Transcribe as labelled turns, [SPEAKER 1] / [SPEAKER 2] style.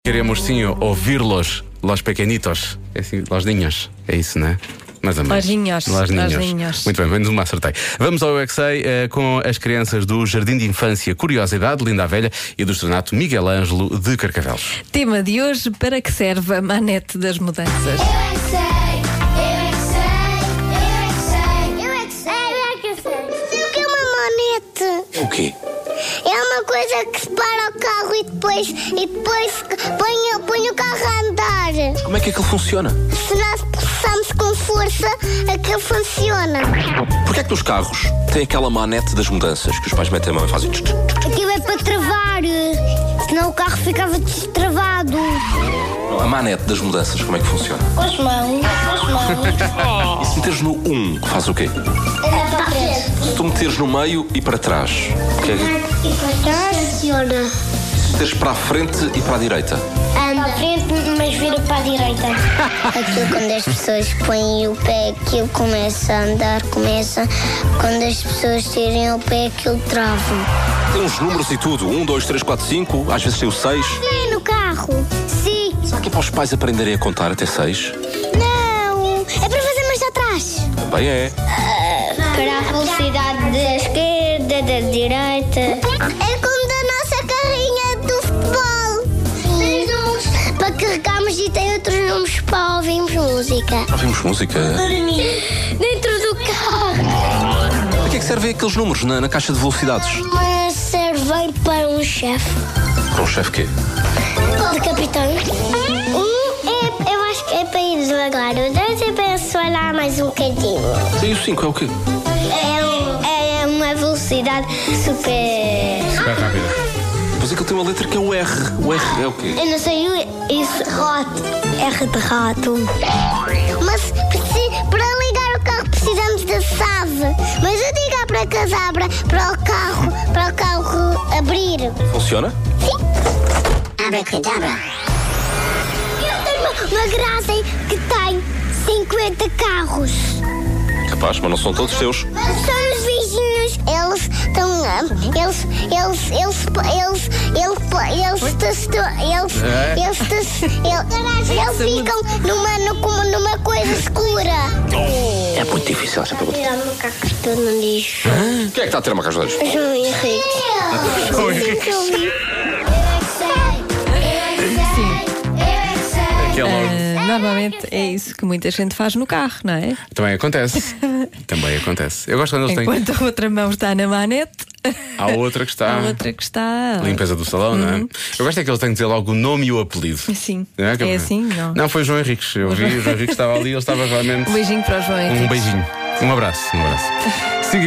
[SPEAKER 1] Queremos sim ouvir-los, los pequenitos. É assim, los niños. É isso, não é? Mais ou menos.
[SPEAKER 2] Los niños.
[SPEAKER 1] Muito bem, menos uma acertei. Vamos ao UXA com as crianças do Jardim de Infância Curiosidade, Linda a Velha, e do Estrenato Miguel Ângelo de Carcavelos.
[SPEAKER 2] Tema de hoje: para que serve a manete das mudanças?
[SPEAKER 3] O quê? É uma coisa que separa o carro e depois põe o carro a andar.
[SPEAKER 4] Como é que aquilo funciona?
[SPEAKER 3] Se nós passamos com força, aquilo funciona.
[SPEAKER 4] Porquê é que nos carros tem aquela manete das mudanças que os pais metem a mão e fazem tch, tch, tch?
[SPEAKER 3] Aquilo é para travar, senão o carro ficava destravado.
[SPEAKER 4] A manete das mudanças, como é que funciona?
[SPEAKER 3] Com as mãos.
[SPEAKER 4] E se meteres no 1, faz o quê?
[SPEAKER 3] É para a frente.
[SPEAKER 4] Se tu meteres no meio e para trás, o que é que...
[SPEAKER 3] E para trás funciona.
[SPEAKER 4] Se meteres para a frente e para a direita?
[SPEAKER 3] Anda. Para a frente, mas vira para a direita. Aquilo quando as pessoas põem o pé, aquilo começa a andar, Quando as pessoas tirem o pé, aquilo trava.
[SPEAKER 4] Tem uns números e tudo, 1, 2, 3, 4, 5, às vezes tem o 6.
[SPEAKER 3] Sim, no carro. Sim.
[SPEAKER 4] Será que é para os pais aprenderem a contar até 6?
[SPEAKER 3] Não, é para fazer mais atrás.
[SPEAKER 4] Também é.
[SPEAKER 3] Para a velocidade da esquerda, da direita. É como da nossa carrinha do futebol. Tem números para carregarmos e tem outros números para ouvirmos música.
[SPEAKER 4] Ouvimos música.
[SPEAKER 3] Dentro do carro.
[SPEAKER 4] Para que é que servem aqueles números na caixa de velocidades?
[SPEAKER 3] Mas servem para um chefe.
[SPEAKER 4] Para um chefe quê?
[SPEAKER 3] De capitão. Eu acho que é para ir devagar. O 2 é para acelerar mais um bocadinho.
[SPEAKER 4] E o 5 é o quê?
[SPEAKER 3] É uma velocidade super
[SPEAKER 1] rápida.
[SPEAKER 4] Pois aquilo tem uma letra que é o R. O R é o quê?
[SPEAKER 3] Eu não sei isso. Rato. R de rato. Mas para ligar o carro precisamos da chave. Mas eu digo para que a abra para o carro abrir.
[SPEAKER 4] Funciona?
[SPEAKER 3] Sim. Abracadabra. Eu tenho uma garagem que tem 50 carros.
[SPEAKER 4] Capaz, mas não são todos teus.
[SPEAKER 3] São os vizinhos. Eles ficam numa coisa escura.
[SPEAKER 4] É muito difícil essa pergunta.
[SPEAKER 3] Tirar uma caca no lixo.
[SPEAKER 4] Quem é que está a ter uma caixa de olhos?
[SPEAKER 3] João Henrique.
[SPEAKER 2] Normalmente é isso que muita gente faz no carro, não é?
[SPEAKER 1] Também acontece. Eu gosto quando eles têm.
[SPEAKER 2] Enquanto a outra mão está na manete,
[SPEAKER 1] Há outra que está.
[SPEAKER 2] a outra que está.
[SPEAKER 1] Limpeza do salão, não é? Eu gosto é que eles têm que dizer logo o nome e o apelido.
[SPEAKER 2] Sim.
[SPEAKER 1] Não é?
[SPEAKER 2] É assim? Não.
[SPEAKER 1] Não, foi João Henriques. Eu vi, o João Henriques estava ali, ele estava realmente.
[SPEAKER 2] Um beijinho para o João Henrique.
[SPEAKER 1] Um beijinho. Um abraço.